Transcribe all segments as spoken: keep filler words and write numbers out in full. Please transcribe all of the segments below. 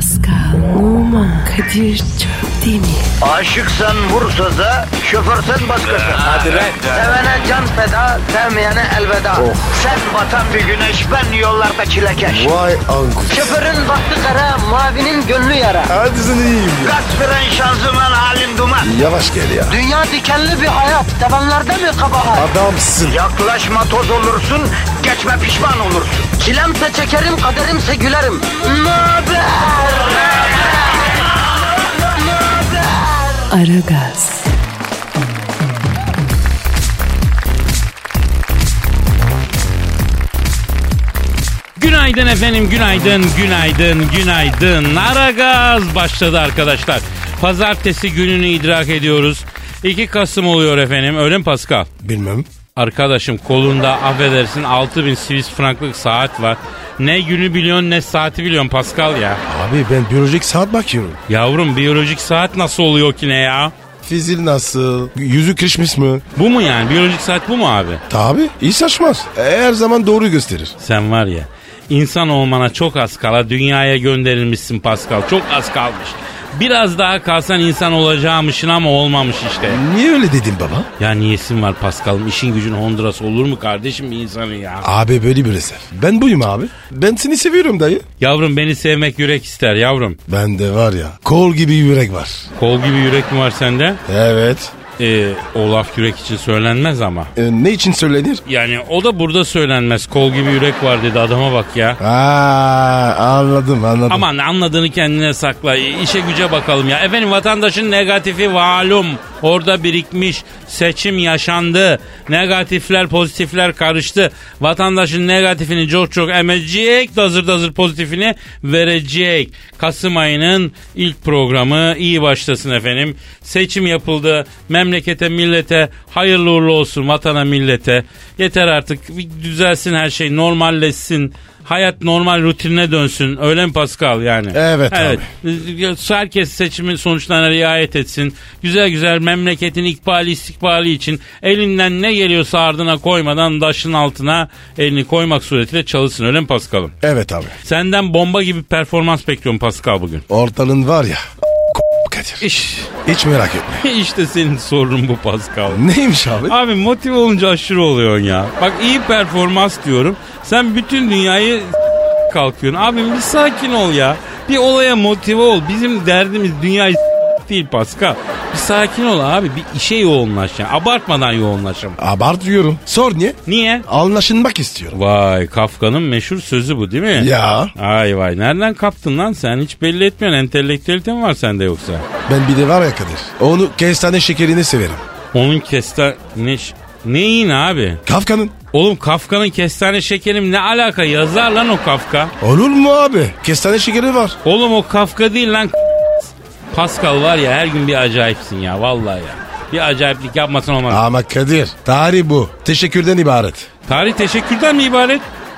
Pascal, Oman, Kadir çok değil mi? Aşıksan vursa da, şoförsen başkasın. Hadi lan. Sevene can feda, sevmeyene elveda. Oh. Sen batan bir güneş, ben yollarda çilekeş. Vay anku. Şoförün baktı kara, mavinin gönlü yara. Hadi sen iyiyim ya. Kasperen şanzıman halin duman. Yavaş gel ya. Dünya dikenli bir hayat, sevenlerde mi kabahar? Adamsın. Yaklaşma toz olursun, geçme pişman olursun. Çilemse çekerim, kaderimse gülerim. Möber! Aragaz. Günaydın efendim, günaydın, günaydın, günaydın. Aragaz başladı arkadaşlar. Pazartesi gününü idrak ediyoruz. iki Kasım oluyor efendim, öyle mi Pascal? Bilmem. Arkadaşım kolunda affedersin altı bin Swiss franklık saat var. Ne günü biliyorsun ne saati biliyorsun Pascal ya. Abi ben biyolojik saat bakıyorum. Yavrum biyolojik saat nasıl oluyor ki ne ya? Fizil nasıl? Yüzü kırışmış mı? Bu mu yani? Biyolojik saat bu mu abi? Tabii. İyi saçmaz. Her zaman doğru gösterir. Sen var ya, insan olmana çok az kala dünyaya gönderilmişsin Pascal. Çok az kalmış. Biraz daha kalsan insan olacağımışsın ama olmamış işte. Niye öyle dedin baba? Ya niyesin var Pascal'ım? İşin gücün Honduras olur mu kardeşim bir insanın ya? Abi böyle bir eser. Ben buyum abi. Ben seni seviyorum dayı. Yavrum beni sevmek yürek ister yavrum. Bende var ya kol gibi yürek var. Kol gibi yürek mi var sende? Evet. Ee, o laf yürek için söylenmez ama. Ee, ne için söylenir? Yani o da burada söylenmez. Kol gibi yürek var dedi adama bak ya. Aa, anladım anladım. Aman anladığını kendine sakla. İşe güce bakalım ya. Efendim vatandaşın negatifi malum. Orada birikmiş. Seçim yaşandı. Negatifler pozitifler karıştı. Vatandaşın negatifini çok çok emecek. Dazır dazır pozitifini verecek. Kasım ayının ilk programı iyi başlasın efendim. Seçim yapıldı. Memlekete millete hayırlı uğurlu olsun vatana millete. Yeter artık düzelsin her şey normalleşsin. Hayat normal rutinine dönsün. Öyle mi Pascal yani? Evet, evet abi. Herkes seçimin sonuçlarına riayet etsin. Güzel güzel memleketin ikbali istikbali için elinden ne geliyorsa ardına koymadan taşın altına elini koymak suretiyle çalışsın. Öyle mi Pascal'ım? Evet abi. Senden bomba gibi performans bekliyorum Pascal bugün. Ortalığın var ya Kadir. İş. Hiç merak etme. İşte senin sorunun bu Pascal. Neymiş abi? Abi motive olunca aşırı oluyorsun ya. Bak iyi performans diyorum. Sen bütün dünyayı kalkıyorsun. Abim bir sakin ol ya. Bir olaya motive ol. Bizim derdimiz dünyayı değil Pascal. Bir sakin ol abi. Bir işe yoğunlaş yani. Abartmadan yoğunlaş ama. Abartıyorum. Sor niye? Niye? Anlaşılmak istiyorum. Vay Kafka'nın meşhur sözü bu değil mi? Ya. Ay vay nereden kaptın lan sen? Hiç belli etmiyorsun. Entelektüelite mi var sende yoksa? Ben bir de var ya Kadir. Onu kestane şekerini severim. Onun kestane... Neyin abi? Kafka'nın. Oğlum Kafka'nın kestane şekerim ne alaka? Yazar lan o Kafka. Olur mu abi? Kestane şekeri var. Oğlum o Kafka değil lan. Pascal var ya her gün bir acayipsin ya vallahi ya. Bir acayiplik yapmasan olmaz. Ama Kadir tarih bu. Teşekkürden ibaret. Tarih teşekkürden mi ibaret?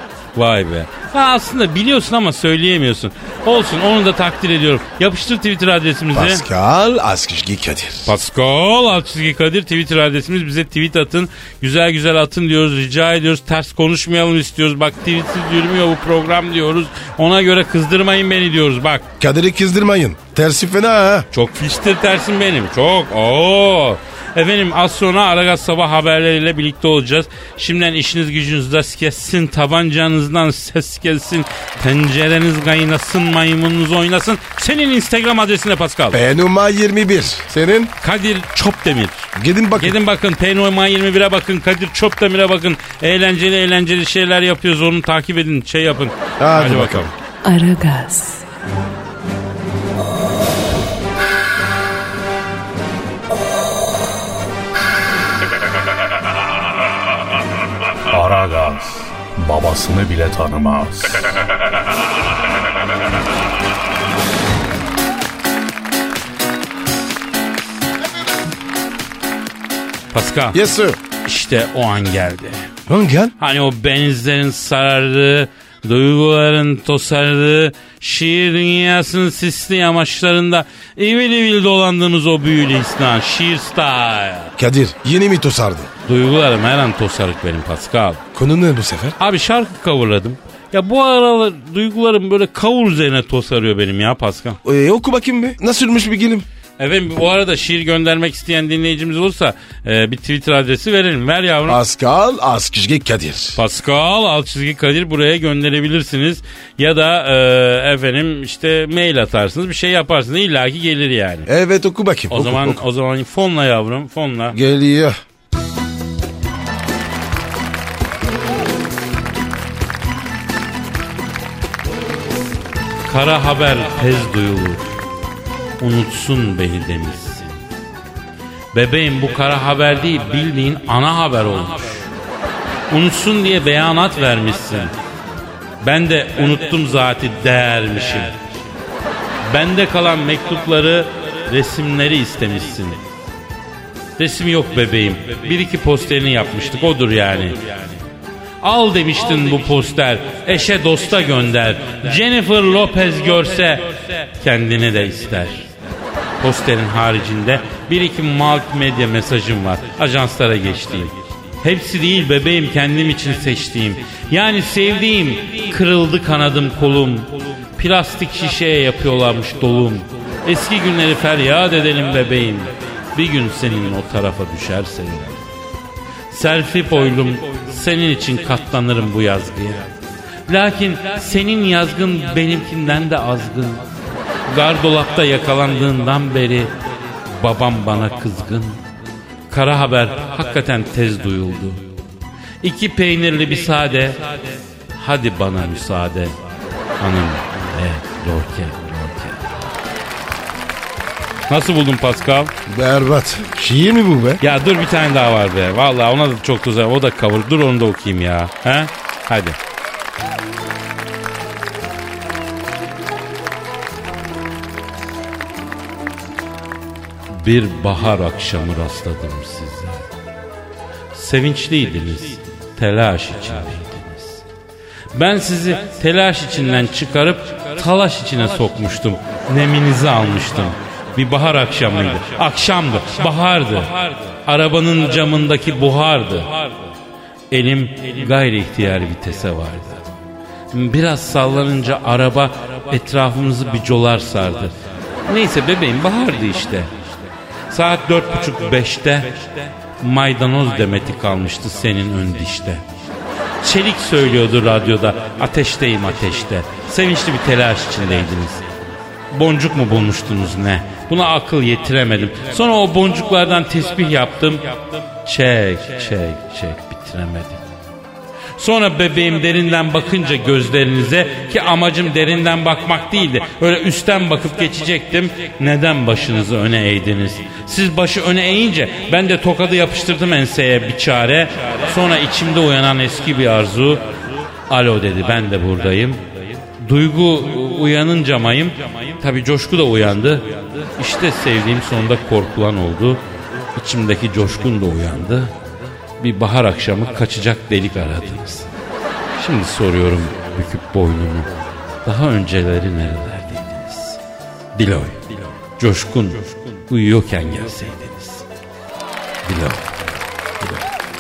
Vay be. Ha aslında biliyorsun ama söyleyemiyorsun. Olsun onu da takdir ediyorum. Yapıştır Twitter adresimizi. Pascal Askışgi Kadir. Pascal Askışgi Kadir Twitter adresimiz. Bize tweet atın. Güzel güzel atın diyoruz. Rica ediyoruz. Ters konuşmayalım istiyoruz. Bak tweetsiz yürümüyor bu program diyoruz. Ona göre kızdırmayın beni diyoruz bak. Kadir'i kızdırmayın. Tersi fena ha. Çok fiştir tersim benim. Çok. Oo. Efendim az sonra Aragaz sabah haberleriyle birlikte olacağız. Şimdiden işiniz gücünüz rast kessin. Tabancanızdan ses gelsin. Tencereniz kaynasın. Maymununuz oynasın. Senin Instagram adresine Pascal. Penuma yirmi bir. Senin? Kadir Çopdemir. Gidin bakın. Gidin bakın. Penuma yirmi bire bakın. Kadir Çopdemir'e bakın. Eğlenceli eğlenceli şeyler yapıyoruz. Onu takip edin. Şey yapın. Hadi, Hadi bakalım. bakalım. Aragaz. Aragaz babasını bile tanımaz. Pascal. Yes sir. İşte o an geldi. Lan gel. Hani o benizlerin sarardığı, duyguların tosardığı, şiir dünyasının sisli yamaçlarında ivil ivil dolandığımız o büyülü isnan. Şiir style. Kadir yeni mi tosardın? Duygularım her an tosarık benim Pascal. Konu ne bu sefer? Abi şarkı coverladım. Ya bu aralar duygularım böyle kavur üzerine tosarıyor benim ya Pascal. E, oku bakayım bir. Nasılmış bir gelim? Efendim bu arada şiir göndermek isteyen dinleyicimiz olursa e, bir Twitter adresi verelim. Ver yavrum. Pascal Askışge Kadir. Pascal alt çizgi Kadir buraya gönderebilirsiniz. Ya da e, efendim işte mail atarsınız, bir şey yaparsınız. İlla ki gelir yani. Evet oku bakayım. O oku, zaman oku. o zaman fonla yavrum, fonla. Geliyor. Kara haber tez duyulur. Unutsun beni demişsin. Bebeğim bu kara haber değil, bildiğin ana haber olmuş. Unutsun diye beyanat vermişsin. Ben de unuttum zaten değermişim. Bende kalan mektupları, resimleri istemişsin. Resim yok bebeğim. Bir iki posterini yapmıştık, odur yani. Al demiştin bu poster, eşe dosta gönder. Jennifer Lopez görse kendini de ister. Posterin haricinde bir iki multimedya mesajım var. Ajanslara geçtiğim. Hepsi değil bebeğim, kendim için seçtiğim. Yani sevdiğim, kırıldı kanadım kolum. Plastik şişeye yapıyorlarmış dolum. Eski günleri feryat edelim bebeğim. Bir gün senin o tarafa düşerse. Selfie boylum, senin için katlanırım bu yazgıya. Lakin senin yazgın benimkinden de azgın. Gardolapta yakalandığından beri babam bana kızgın. Kara haber hakikaten tez duyuldu. İki peynirli bir sade, hadi bana müsaade. Hanım, evet, Lorke, Lorke. Nasıl buldun Pascal? Berbat. Şiir mi bu be? Ya dur bir tane daha var be. Vallahi ona da çok güzel. O da cover. Dur onu da okuyayım ya. He? Hadi. Bir bahar akşamı rastladım size. Sevinçliydiniz. Telaş içindeydiniz. Ben sizi telaş içinden çıkarıp talaş içine sokmuştum. Neminizi almıştım. Bir bahar akşamıydı. Akşamdı. Bahardı. Arabanın camındaki buhardı. Elim gayri ihtiyar vitese vardı. Biraz sallanınca araba etrafımızı bir colar sardı. Neyse bebeğim, bahardı işte. Saat dört buçuk beşte maydanoz demeti kalmıştı senin ön dişte. Çelik söylüyordu radyoda, ateşteyim ateşte. Sevinçli bir telaş içindeydiniz. Boncuk mu bulmuştunuz ne? Buna akıl yetiremedim. Sonra o boncuklardan tesbih yaptım. Çek çek çek bitiremedim. Sonra bebeğim derinden bakınca gözlerinize, ki amacım derinden bakmak değildi. Öyle üstten bakıp geçecektim. Neden başınızı öne eğdiniz? Siz başı öne eğince ben de tokadı yapıştırdım enseye bir çare. Sonra içimde uyanan eski bir arzu. Alo dedi, ben de buradayım. Duygu uyanınca mayım, tabii coşku da uyandı. İşte sevdiğim sonunda korkulan oldu. İçimdeki coşkun da uyandı. Bir bahar akşamı kaçacak delik aradınız. Şimdi soruyorum büküp boynumu. Daha önceleri nerelerdeydiniz? Diloy, coşkun uyuyorken gelseydiniz. Diloy, Diloy.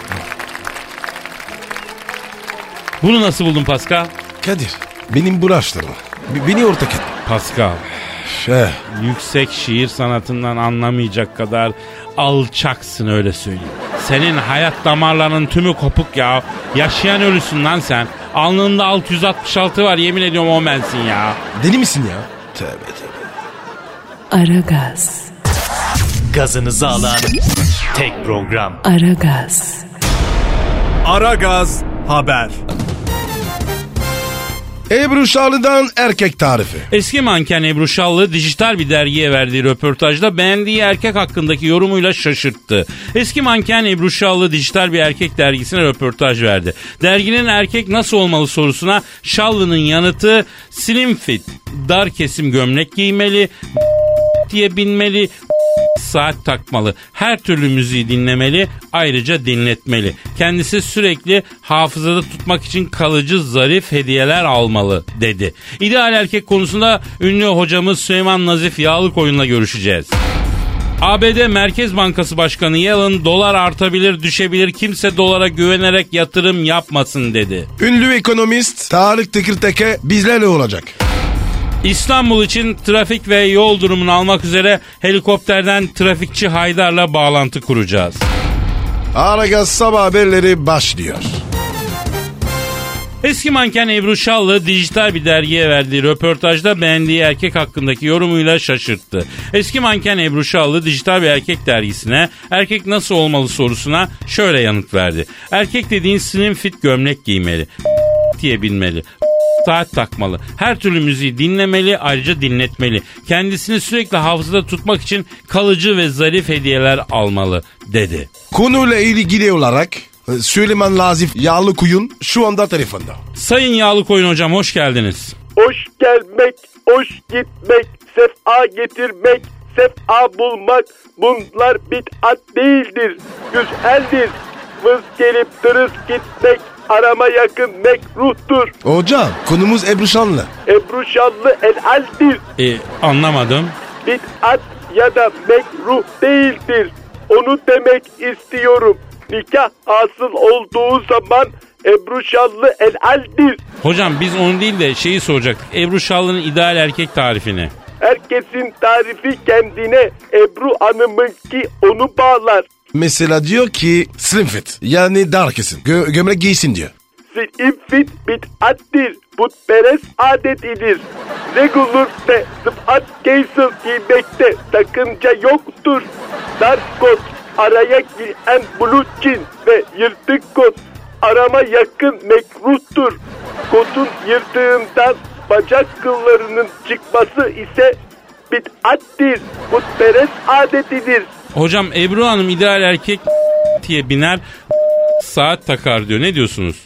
Bunu nasıl buldun Pascal? Kadir, benim bulaştırma. B- beni ortak et. Pascal, Şey. yüksek şiir sanatından anlamayacak kadar alçaksın, öyle söyleyeyim. Senin hayat damarlarının tümü kopuk ya. Yaşayan ölüsün lan sen. Alnında altı yüz altmış altı var, yemin ediyorum o bensin ya. Deli misin ya? Tövbe tövbe. Aragaz. Gazınızı alan tek program. Aragaz. Aragaz Haber. Ebru Şallı'dan erkek tarifi. Eski manken Ebru Şallı dijital bir dergiye verdiği röportajda beğendiği erkek hakkındaki yorumuyla şaşırttı. Eski manken Ebru Şallı dijital bir erkek dergisine röportaj verdi. Derginin erkek nasıl olmalı sorusuna Şallı'nın yanıtı slim fit, dar kesim gömlek giymeli, diye binmeli, saat takmalı, her türlü müziği dinlemeli, ayrıca dinletmeli. Kendisi sürekli hafızada tutmak için kalıcı zarif hediyeler almalı dedi. İdeal erkek konusunda ünlü hocamız Süleyman Nazif Yağlıkoyun'la görüşeceğiz. A B D Merkez Bankası Başkanı Yellen dolar artabilir düşebilir kimse dolara güvenerek yatırım yapmasın dedi. Ünlü ekonomist Tarık Tekirdeke bizlerle olacak. İstanbul için trafik ve yol durumunu almak üzere helikopterden trafikçi Haydar'la bağlantı kuracağız. Aragaz sabah haberleri başlıyor. Eski manken Ebru Şallı dijital bir dergiye verdiği röportajda beğendiği erkek hakkındaki yorumuyla şaşırttı. Eski manken Ebru Şallı dijital bir erkek dergisine erkek nasıl olmalı sorusuna şöyle yanıt verdi. Erkek dediğin slim fit gömlek giymeli, diye bilmeli, saat takmalı, her türlü müziği dinlemeli, ayrıca dinletmeli. Kendisini sürekli hafızada tutmak için kalıcı ve zarif hediyeler almalı dedi. Konuyla ilgili olarak Süleyman Lazif Yağlıkoyun şu anda telefonda. Sayın Yağlıkoyun hocam hoş geldiniz. Hoş gelmek, hoş gitmek, sefa getirmek, sefa bulmak bunlar bid'at değildir, güzeldir. Vız gelip tırıs gitmek arama yakın mekruhtur. Hocam konumuz Ebru Şanlı. Ebru Şanlı helaldir. E, anlamadım. Bid'at ya da mekruh değildir. Onu demek istiyorum. Nikah hasıl olduğu zaman Ebru Şanlı helaldir. Hocam biz onu değil de şeyi soracaktık. Ebru Şallı'nın ideal erkek tarifini. Herkesin tarifi kendine. Ebru Hanım'ınki onu bağlar. Mesela diyor ki slim fit yani dar kesin Gö- gömlek giysin diyor. Slim fit bid'attir. Putperest adetidir. Regular ve sıfat casual giymekte sakınca yoktur. Dar kot, araya giren blue jean ve yırtık kot arama yakın mekruhtur. Kotun yırtığından bacak kıllarının çıkması ise bid'attir. Putperest adetidir. Hocam Ebru Hanım ideal erkek diye biner saat takar diyor. Ne diyorsunuz?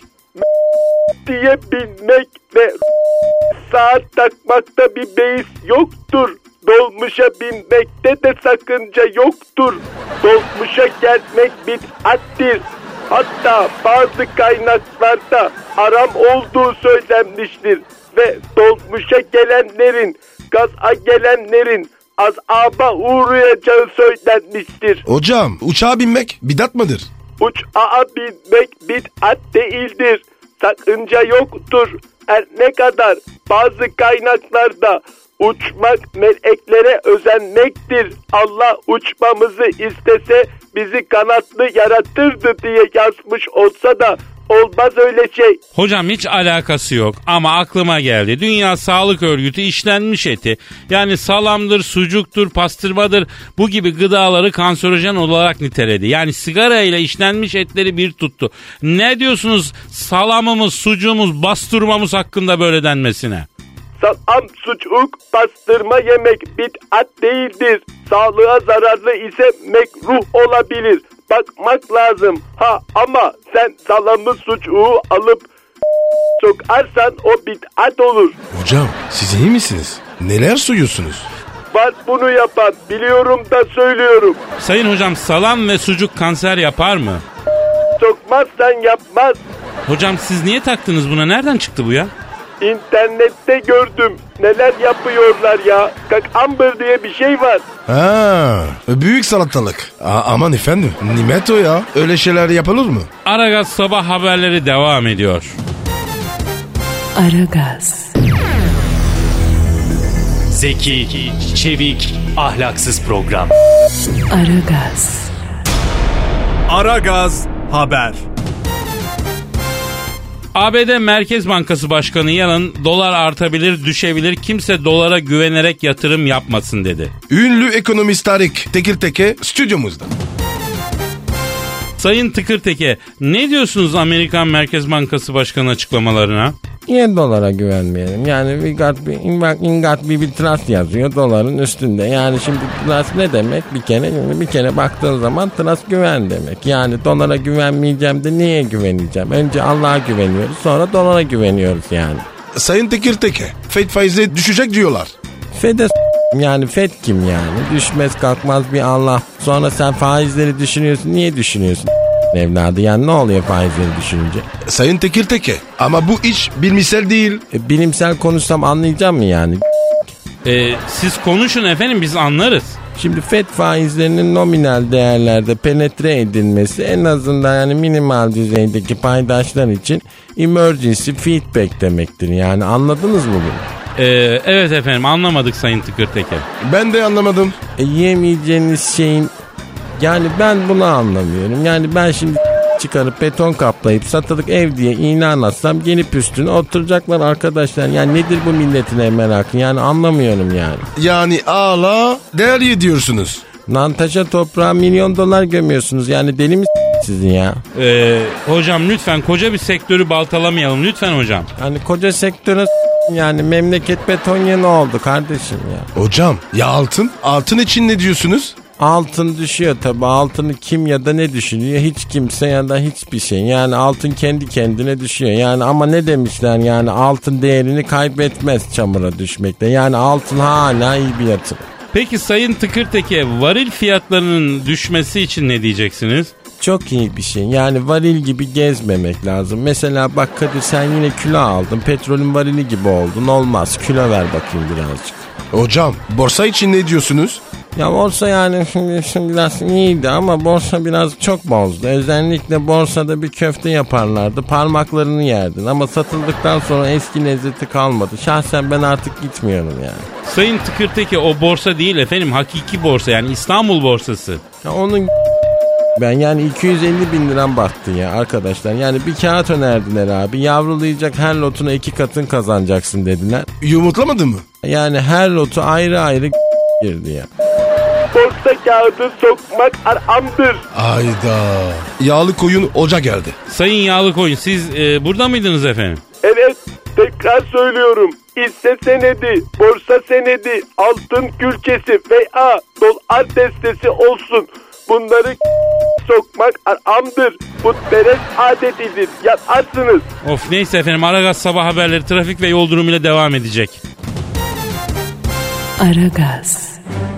Diye binmek ve saat takmakta bir beis yoktur. Dolmuşa binmekte de sakınca yoktur. Dolmuşa gelmek bid'attir. Hatta bazı kaynaklarda haram olduğu söylenmiştir. Ve dolmuşa gelenlerin, gaza gelenlerin azaba uğrayacağı söylenmiştir. Hocam uçağa binmek bidat mıdır? Uçağa binmek bid'at değildir. Sakınca yoktur. Her ne kadar bazı kaynaklarda uçmak meleklere özenmektir. Allah uçmamızı istese bizi kanatlı yaratırdı diye yazmış olsa da olmaz öyle şey. Hocam hiç alakası yok ama aklıma geldi. Dünya Sağlık Örgütü işlenmiş eti yani salamdır, sucuktur, pastırmadır bu gibi gıdaları kanserojen olarak niteledi. Yani sigara ile işlenmiş etleri bir tuttu. Ne diyorsunuz salamımız, sucuğumuz, bastırmamız hakkında böyle denmesine? Salam, sucuk, pastırma yemek bid'at değildir. Sağlığa zararlı ise mekruh olabilir. Bakmak lazım. Ha ama sen salamı sucuğu alıp sokarsan o bid'at olur. Hocam siz iyi misiniz? Neler soyuyorsunuz? Var bunu yapan, biliyorum da söylüyorum. Sayın hocam salam ve sucuk kanser yapar mı? Sokmazsan yapmaz. Hocam siz niye taktınız buna? Nereden çıktı bu ya? İnternette gördüm. Neler yapıyorlar ya. Kakamber diye bir şey var. Ha, büyük salatalık. A- aman efendim, nimet o ya. Öyle şeyler yapılır mı? Aragaz sabah haberleri devam ediyor. Aragaz. Zeki, çevik, ahlaksız program. Aragaz. Aragaz haber. A B D Merkez Bankası Başkanı Yellen dolar artabilir, düşebilir, kimse dolara güvenerek yatırım yapmasın dedi. Ünlü ekonomist Tarık Tekirdeke stüdyomuzda. Sayın Tıkırteke, ne diyorsunuz Amerikan Merkez Bankası Başkanı açıklamalarına? Niye dolara güvenmeyelim? Yani we got, we, we got we will trust yazıyor doların üstünde. Yani şimdi trust ne demek? Bir kere bir kere baktığın zaman trust güven demek. Yani dolara güvenmeyeceğim de niye güveneceğim? Önce Allah'a güveniyoruz, sonra dolara güveniyoruz yani. Sayın Tekirdeke, Fed faizi düşecek diyorlar. Fed'e yani Fed kim yani? Düşmez kalkmaz bir Allah. Sonra sen faizleri düşünüyorsun. Niye düşünüyorsun? Evladı yani ne oluyor faizleri düşününce? Sayın Tekirdeke, ama bu iş bilimsel değil. E, bilimsel konuşsam anlayacağım mı yani? Ee, siz konuşun efendim, biz anlarız. Şimdi F E D faizlerinin nominal değerlerde penetre edilmesi en azından yani minimal düzeydeki paydaşlar için emergency feedback demektir. Yani anladınız mı bunu? Ee, evet efendim, anlamadık Sayın Tıkırteker. Ben de anlamadım. E, yemeyeceğiniz şeyin yani ben bunu anlamıyorum. Yani ben şimdi çıkarıp beton kaplayıp satılık ev diye ilan atsam gelip üstüne oturacaklar arkadaşlar. Yani nedir bu milletine merakı? Yani anlamıyorum yani. Yani ağla değerli diyorsunuz. Nantaşa toprağa milyon dolar gömüyorsunuz. Yani deli mi sizin ya? Ee, hocam lütfen koca bir sektörü baltalamayalım lütfen hocam. Hani koca sektöre yani memleket beton yeni oldu kardeşim ya. Hocam ya altın? Altın için ne diyorsunuz? Altın düşüyor tabi. Altını kim ya da ne düşünüyor? Hiç kimse ya da hiçbir şey. Yani altın kendi kendine düşüyor. Yani ama ne demişler yani altın değerini kaybetmez çamura düşmekte. Yani altın hala iyi bir yatırım. Peki Sayın Tıkırteker, varil fiyatlarının düşmesi için ne diyeceksiniz? Çok iyi bir şey. Yani varil gibi gezmemek lazım. Mesela bak Kadir sen yine kilo aldın. Petrolün varili gibi oldun. Olmaz. Kilo ver bakayım birazcık. Hocam borsa için ne diyorsunuz? Ya borsa yani biraz iyiydi ama borsa biraz çok bozdu. Özellikle borsada bir köfte yaparlardı. Parmaklarını yerdin ama satıldıktan sonra eski lezzeti kalmadı. Şahsen ben artık gitmiyorum yani. Sayın Tıkırteker, o borsa değil efendim, hakiki borsa yani İstanbul borsası. Ya onun ben yani iki yüz elli bin liram battı ya arkadaşlar. Yani bir kağıt önerdiler abi. Yavrulayacak her lotuna iki katın kazanacaksın dediler. Yumurtlamadın mı? Yani her lotu ayrı ayrı girdi ya. Borsa kağıdı sokmak aramdır. Ayda. Yağlı koyun oca geldi. Sayın Yağlıkoyun, siz e, burada mıydınız efendim? Evet, tekrar söylüyorum. Hisse senedi, borsa senedi, altın külçesi veya dolar destesi olsun. Bunları sokmak aramdır. Putperest adetidir. Yaparsınız. Of neyse efendim, Aragaz sabah haberleri trafik ve yol durumuyla devam edecek. Aragaz.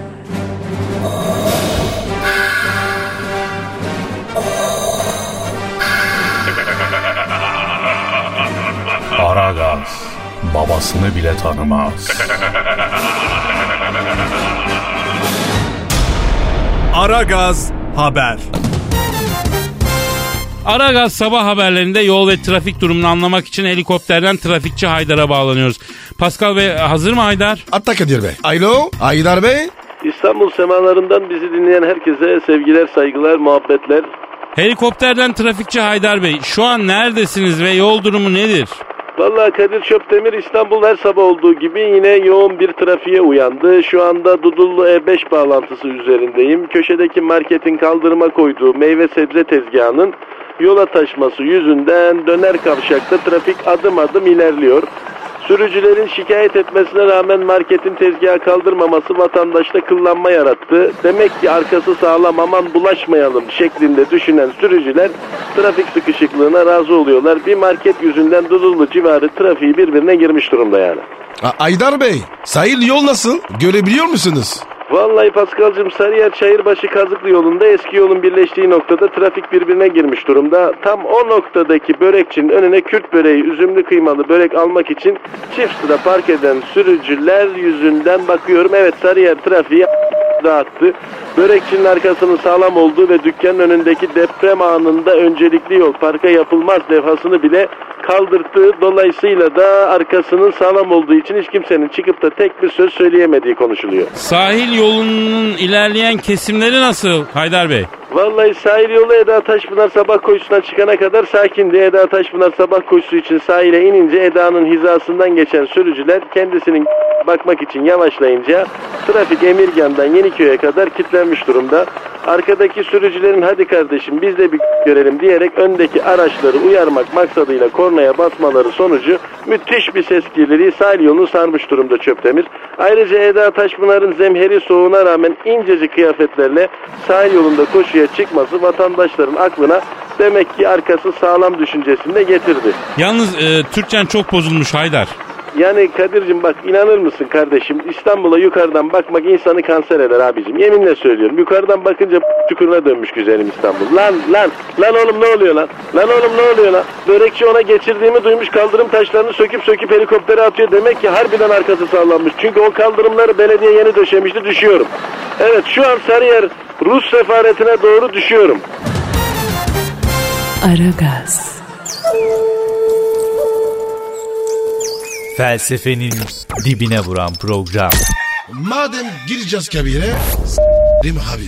Aragaz babasını bile tanımaz. Aragaz haber. Aragaz sabah haberlerinde yol ve trafik durumunu anlamak için helikopterden trafikçi Haydar'a bağlanıyoruz. Pascal Bey hazır mı Haydar? Hatta Kadir Bey. Alo Haydar Bey. İstanbul semalarından bizi dinleyen herkese sevgiler, saygılar, muhabbetler. Helikopterden trafikçi Haydar Bey, şu an neredesiniz ve yol durumu nedir? Vallahi Kadir Çöptemir, İstanbul her sabah olduğu gibi yine yoğun bir trafiğe uyandı. Şu anda Dudullu E beş bağlantısı üzerindeyim. Köşedeki marketin kaldırıma koyduğu meyve sebze tezgahının yola taşması yüzünden döner kavşakta trafik adım adım ilerliyor. Sürücülerin şikayet etmesine rağmen marketin tezgahı kaldırmaması vatandaşta kıllanma yarattı. Demek ki arkası sağlam, aman bulaşmayalım şeklinde düşünen sürücüler trafik sıkışıklığına razı oluyorlar. Bir market yüzünden Dudullu civarı trafiği birbirine girmiş durumda yani. A- Haydar Bey, sahil yol nasıl? Görebiliyor musunuz? Vallahi Paskal'cığım, Sarıyer Çayırbaşı Kazıklı yolunda eski yolun birleştiği noktada trafik birbirine girmiş durumda. Tam o noktadaki börekçinin önüne Kürt böreği, üzümlü kıymalı börek almak için çift sıra park eden sürücüler yüzünden bakıyorum. Evet, Sarıyer trafiği dağıttı. Börekçinin arkasının sağlam olduğu ve dükkanın önündeki deprem anında öncelikli yol parka yapılmaz levhasını bile kaldırttığı, dolayısıyla da arkasının sağlam olduğu için hiç kimsenin çıkıp da tek bir söz söyleyemediği konuşuluyor. Sahil yolunun ilerleyen kesimleri nasıl Haydar Bey? Vallahi sahil yolu Eda Taşpınar Sabah Koşusu'na çıkana kadar sakindi. Eda Taşpınar Sabah Koşusu için sahile inince Eda'nın hizasından geçen sürücüler kendisinin bakmak için yavaşlayınca trafik Emirgan'dan Yeniköy'e kadar kilitlenmiş durumda. Arkadaki sürücülerin hadi kardeşim biz de bir görelim diyerek öndeki araçları uyarmak maksadıyla kornaya basmaları sonucu müthiş bir ses kirliliği sahil yolunu sarmış durumda Çöptemir. Ayrıca Eda Taşpınar'ın zemheri soğuğuna rağmen incecik kıyafetlerle sahil yolunda koşuya çıkması vatandaşların aklına demek ki arkası sağlam düşüncesini de getirdi. Yalnız e, Türkçen çok bozulmuş Haydar. Yani Kadir'cim bak, inanır mısın kardeşim, İstanbul'a yukarıdan bakmak insanı kanser eder abicim. Yeminle söylüyorum. Yukarıdan bakınca çukuruna dönmüş güzelim İstanbul. Lan lan lan oğlum ne oluyor lan? Lan oğlum ne oluyor lan? Börekçi ona geçirdiğimi duymuş, kaldırım taşlarını söküp söküp helikoptere atıyor. Demek ki harbiden arkası sağlanmış. Çünkü o kaldırımları belediye yeni döşemişti, düşüyorum. Evet, şu an Sarıyer Rus sefaretine doğru düşüyorum. Aragaz. Felsefenin dibine vuran program. Madem gireceğiz kabire, s***rim abi.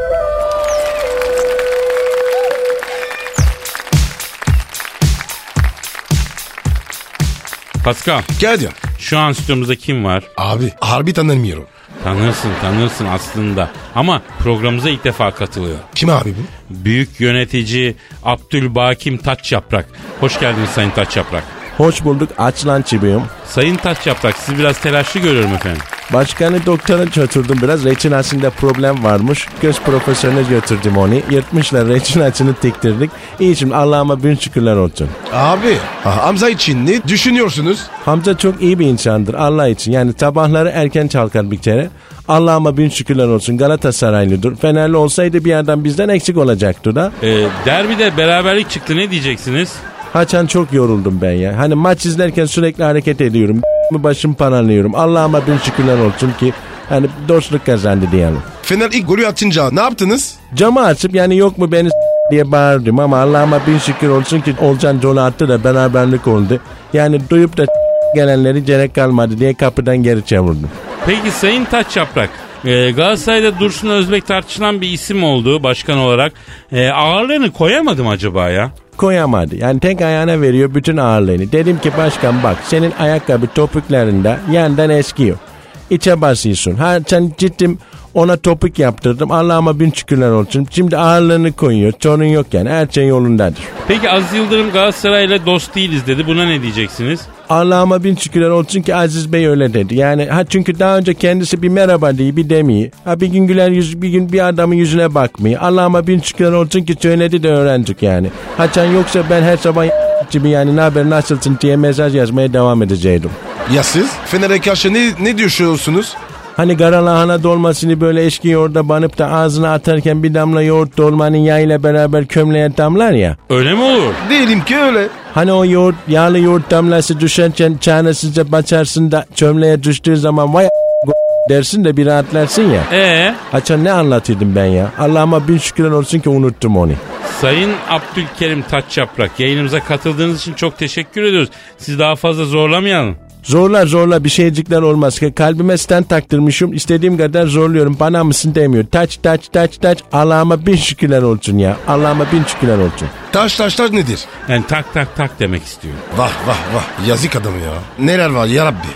Pascal, Kadir. şu an stüdyomuzda kim var? Abi harbi tanımıyorum. Tanırsın tanırsın aslında. Ama programımıza ilk defa katılıyor. Kim abi bu? Büyük yönetici Abdülbakim Taçyaprak. Hoş geldiniz Sayın Taçyaprak. Hoş bulduk, aç lan çibiyorum. Sayın Taçyaprak, sizi biraz telaşlı görüyorum efendim. Başkanı doktora götürdüm biraz. Reçinasında problem varmış. Göz profesörüne götürdüm onu. Yırtmışlar, reçinasını diktirdik. İyi şimdi Allah'ıma bin şükürler olsun. Abi ha, Hamza için ne düşünüyorsunuz? Hamza çok iyi bir insandır Allah için. Yani sabahları erken çalkar bir kere. Allah'ıma bin şükürler olsun. Galatasaraylıdır. Fenerli olsaydı bir yerden bizden eksik olacaktı da. Ee, derbide beraberlik çıktı, ne diyeceksiniz? Haçan çok yoruldum ben ya. Hani maç izlerken sürekli hareket ediyorum. Başım paralıyorum. Allah'ıma bin şükürler olsun ki hani dostluk kazandı diyelim. Fener ilk golü atınca ne yaptınız? Camı açıp yani yok mu beni s- diye bağırdım ama Allah'ıma bin şükür olsun ki Olcan golü attı da beraberlik oldu. Yani duyup da s- gelenleri gerek kalmadı diye kapıdan geri çevirdim. Peki Sayın Taçyaprak, e, Galatasaray'da Dursun Özbek tartışılan bir isim oldu başkan olarak. E, ağırlığını koyamadım acaba ya? Koyamadı. Yani tek ayağına veriyor bütün ağırlığını. Dedim ki başkan bak senin ayakkabı topuklarında yandan eskiyor. İçe basıyorsun. Ha sen gittim ona topuk yaptırdım. Allah'ıma bin şükürler olsun. Şimdi ağırlığını koyuyor. Sorun yok yani. Her şey yolundadır. Peki Aziz Yıldırım Galatasaray'la dost değiliz dedi. Buna ne diyeceksiniz? Allah'ıma bin şükürler olsun ki Aziz Bey öyle dedi. Yani ha çünkü daha önce kendisi bir merhaba diye bir demiyor. Ha bir gün güler yüz bir gün bir adamın yüzüne bakmıyor. Allah'ıma bin şükürler olsun ki söyledi de öğrendik yani. Haçan yoksa ben her sabah gibi yani ne haber nasılsın diye mesaj yazmaya devam edecektim. Ya siz? Fener'e karşı ne, ne düşünüyorsunuz? Hani kara lahana dolmasını böyle eşki yoğurda banıp da ağzına atarken bir damla yoğurt dolmanın yağıyla beraber kömleyen damlar ya. Öyle mi olur? Diyelim ki öyle. Hani o yoğurt, yağlı yoğurt damlası düşerken çaresizce baçarsın da çömleğe düştüğü zaman vay dersin de bir rahatlarsın ya. Ee, Haçan ne anlatıyordum ben ya? Allah'ıma bin şükürler olsun ki unuttum onu. Sayın Abdülkerim Taçyaprak, yayınımıza katıldığınız için çok teşekkür ediyoruz. Sizi daha fazla zorlamayalım. Zorla zorla bir şeycikler olmaz ki. Kalbime stand taktırmışım. İstediğim kadar zorluyorum. Bana mısın demiyor. Taç taç taç taç. Allah'ıma bin şükürler olsun ya. Allah'ıma bin şükürler olsun. Taş taş taş nedir? Yani tak tak tak demek istiyor. Vah vah vah yazık adam ya. Neler var ya Rabbi.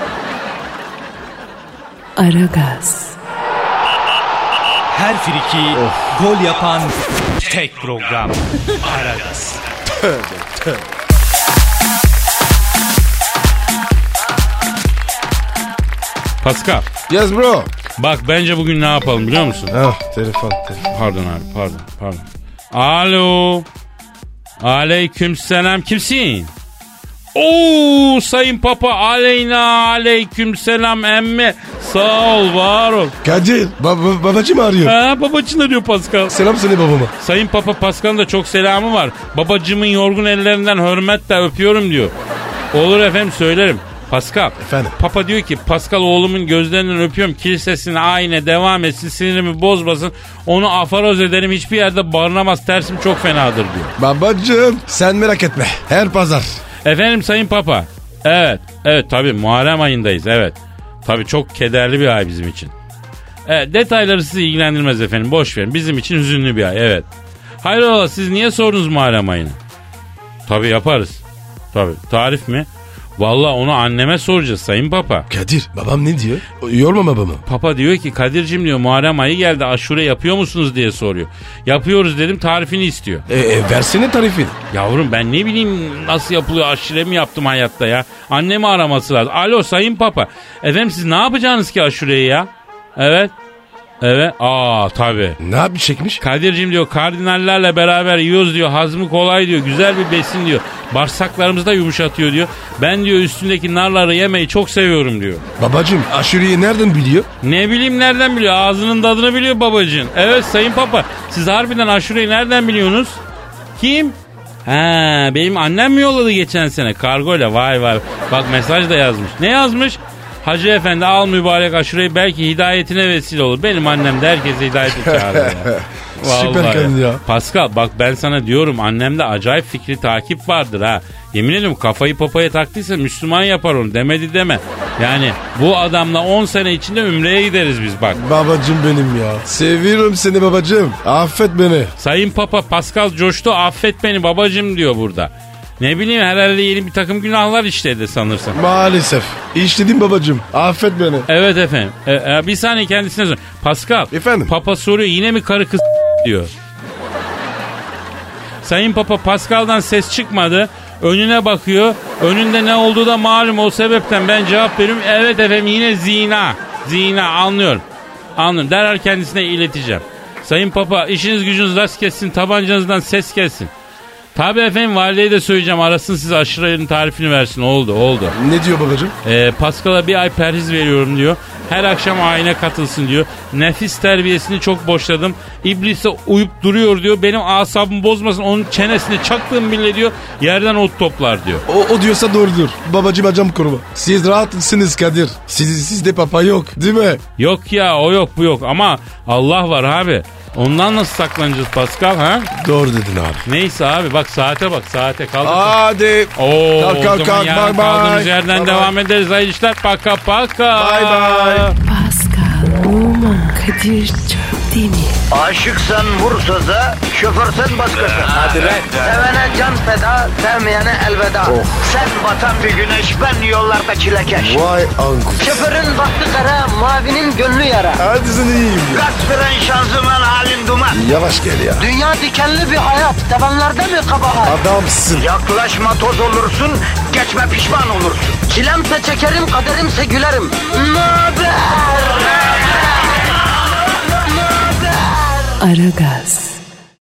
Aragaz. Her friki gol yapan tek program. Aragaz. Pascal, Yes bro. bak bence bugün ne yapalım biliyor musun? Ah telefon telefon. Pardon abi, pardon, pardon. Alo. Aleykümselam, kimsin? Oo, Sayın Papa, aleyna aleykümselam emmi. Sağ ol, var ol. Kadir baba, babacım arıyor. Ha, babacın arıyor Pascal. Selam seni babama. Sayın Papa, Pascal'ın da çok selamı var. Babacımın yorgun ellerinden hürmetle öpüyorum diyor. Olur efendim, söylerim. Pascal. Efendim? Papa diyor ki Pascal oğlumun gözlerinden öpüyorum. Kilisesine ayine devam etsin, sinirimi bozmasın. Onu afaroz ederim, hiçbir yerde barınamaz, tersim çok fenadır diyor. Babacım sen merak etme. Her pazar. Efendim Sayın Papa. Evet. Evet tabii Muharrem ayındayız. Evet. Tabii çok kederli bir ay bizim için. Evet, detayları sizi ilgilendirmez efendim. Boş verin. Bizim için hüzünlü bir ay. Evet. Hayrola, siz niye sordunuz Muharrem ayını? Tabii yaparız. Tabii. Tarif mi? Vallahi onu anneme soracağız Sayın Papa. Kadir babam ne diyor? Yorma babamı. Papa diyor ki Kadir'cim diyor Muharrem ayı geldi, aşure yapıyor musunuz diye soruyor. Yapıyoruz dedim, tarifini istiyor. E, e, versene tarifini. Yavrum ben ne bileyim nasıl yapılıyor, aşure mi yaptım hayatta ya. Annemi araması lazım. Alo Sayın Papa. Efendim siz ne yapacaksınız ki aşureyi ya? Evet. Evet. Aa tabii. Ne yapacakmış? Kadir'cim diyor kardinallerle beraber yiyoruz diyor. Hazmı kolay diyor. Güzel bir besin diyor. Bağırsaklarımızı da yumuşatıyor diyor. Ben diyor üstündeki narları yemeyi çok seviyorum diyor. Babacım aşureyi nereden biliyor? Ne bileyim nereden biliyor? Ağzının tadını biliyor babacığım. Evet Sayın Papa. Siz harbiden aşureyi nereden biliyorsunuz? Kim? Ha, benim annem mi yolladı geçen sene kargoyla? Vay vay. Bak mesaj da yazmış. Ne yazmış? Hacı efendi al mübarek aşureyi, belki hidayetine vesile olur. Benim annem de herkese hidayete çağırıyor ya. Süper kadın ya. Pascal bak ben sana diyorum, annemde acayip fikri takip vardır ha. Yemin ediyorum kafayı papaya taktıysa Müslüman yapar onu, demedi deme. Yani bu adamla on sene içinde Ümre'ye gideriz biz bak. Babacım benim ya. Seviyorum seni babacım. Affet beni. Sayın Papa Pascal coştu, affet beni babacım diyor burada. Ne bileyim herhalde yeni bir takım günahlar işledi sanırsam. Maalesef. İşledim babacım. Affet beni. Evet efendim. E, e, bir saniye kendisine sor. Pascal. Efendim? Papa soruyor, yine mi karı kız diyor. Sayın Papa Pascal'dan ses çıkmadı. Önüne bakıyor. Önünde ne olduğu da malum, o sebepten ben cevap veriyorum. Evet efendim, yine zina. Zina, anlıyorum. Anlıyorum. Derhal kendisine ileteceğim. Sayın Papa işiniz gücünüz rast kessin. Tabancanızdan ses gelsin. Tabii efendim, valideye de söyleyeceğim, arasın size aşurenin tarifini versin. Oldu oldu. Ne diyor babacığım? Ee, Pascal'a bir ay perhiz veriyorum diyor. Her akşam ayine katılsın diyor. Nefis terbiyesini çok boşladım. İblise uyup duruyor diyor. Benim asabımı bozmasın, onun çenesine çaktığım bile diyor. Yerden ot toplar diyor. O, o diyorsa doğrudur. Babacığım acam koruma. Siz rahatsınız Kadir. Siz, sizde papa yok değil mi? Yok ya, o yok bu yok ama Allah var abi. Ondan nasıl saklanacağız Pascal ha? Doğru dedin abi. Neyse abi, bak saate bak saate kaldık. Hadi. Oo, kalk kalk o zaman kalk. yarın Bye kaldığımız bye. yerden Bye devam bye. ederiz. Hayırlı işler. Paka paka. Bye bye. Pascal, Oman, Kadir çok değil mi? Aşıksan vursa da, şoförsen başkasın. Hadi lan. Sevene can feda, sevmeyene elveda. Sen batan bir güneş, ben yollarda çilekeş. Vay anku. Şoförün baktı kara, mavinin gönlü yara. Hadi sen iyiyim ya. Kasperen şanzıman halin duman. Yavaş gel ya. Dünya dikenli bir hayat, sevenlerde mi kabahar? Adamsın. Yaklaşma toz olursun, geçme pişman olursun. Çilemse çekerim, kaderimse gülerim. Möber! Aragaz.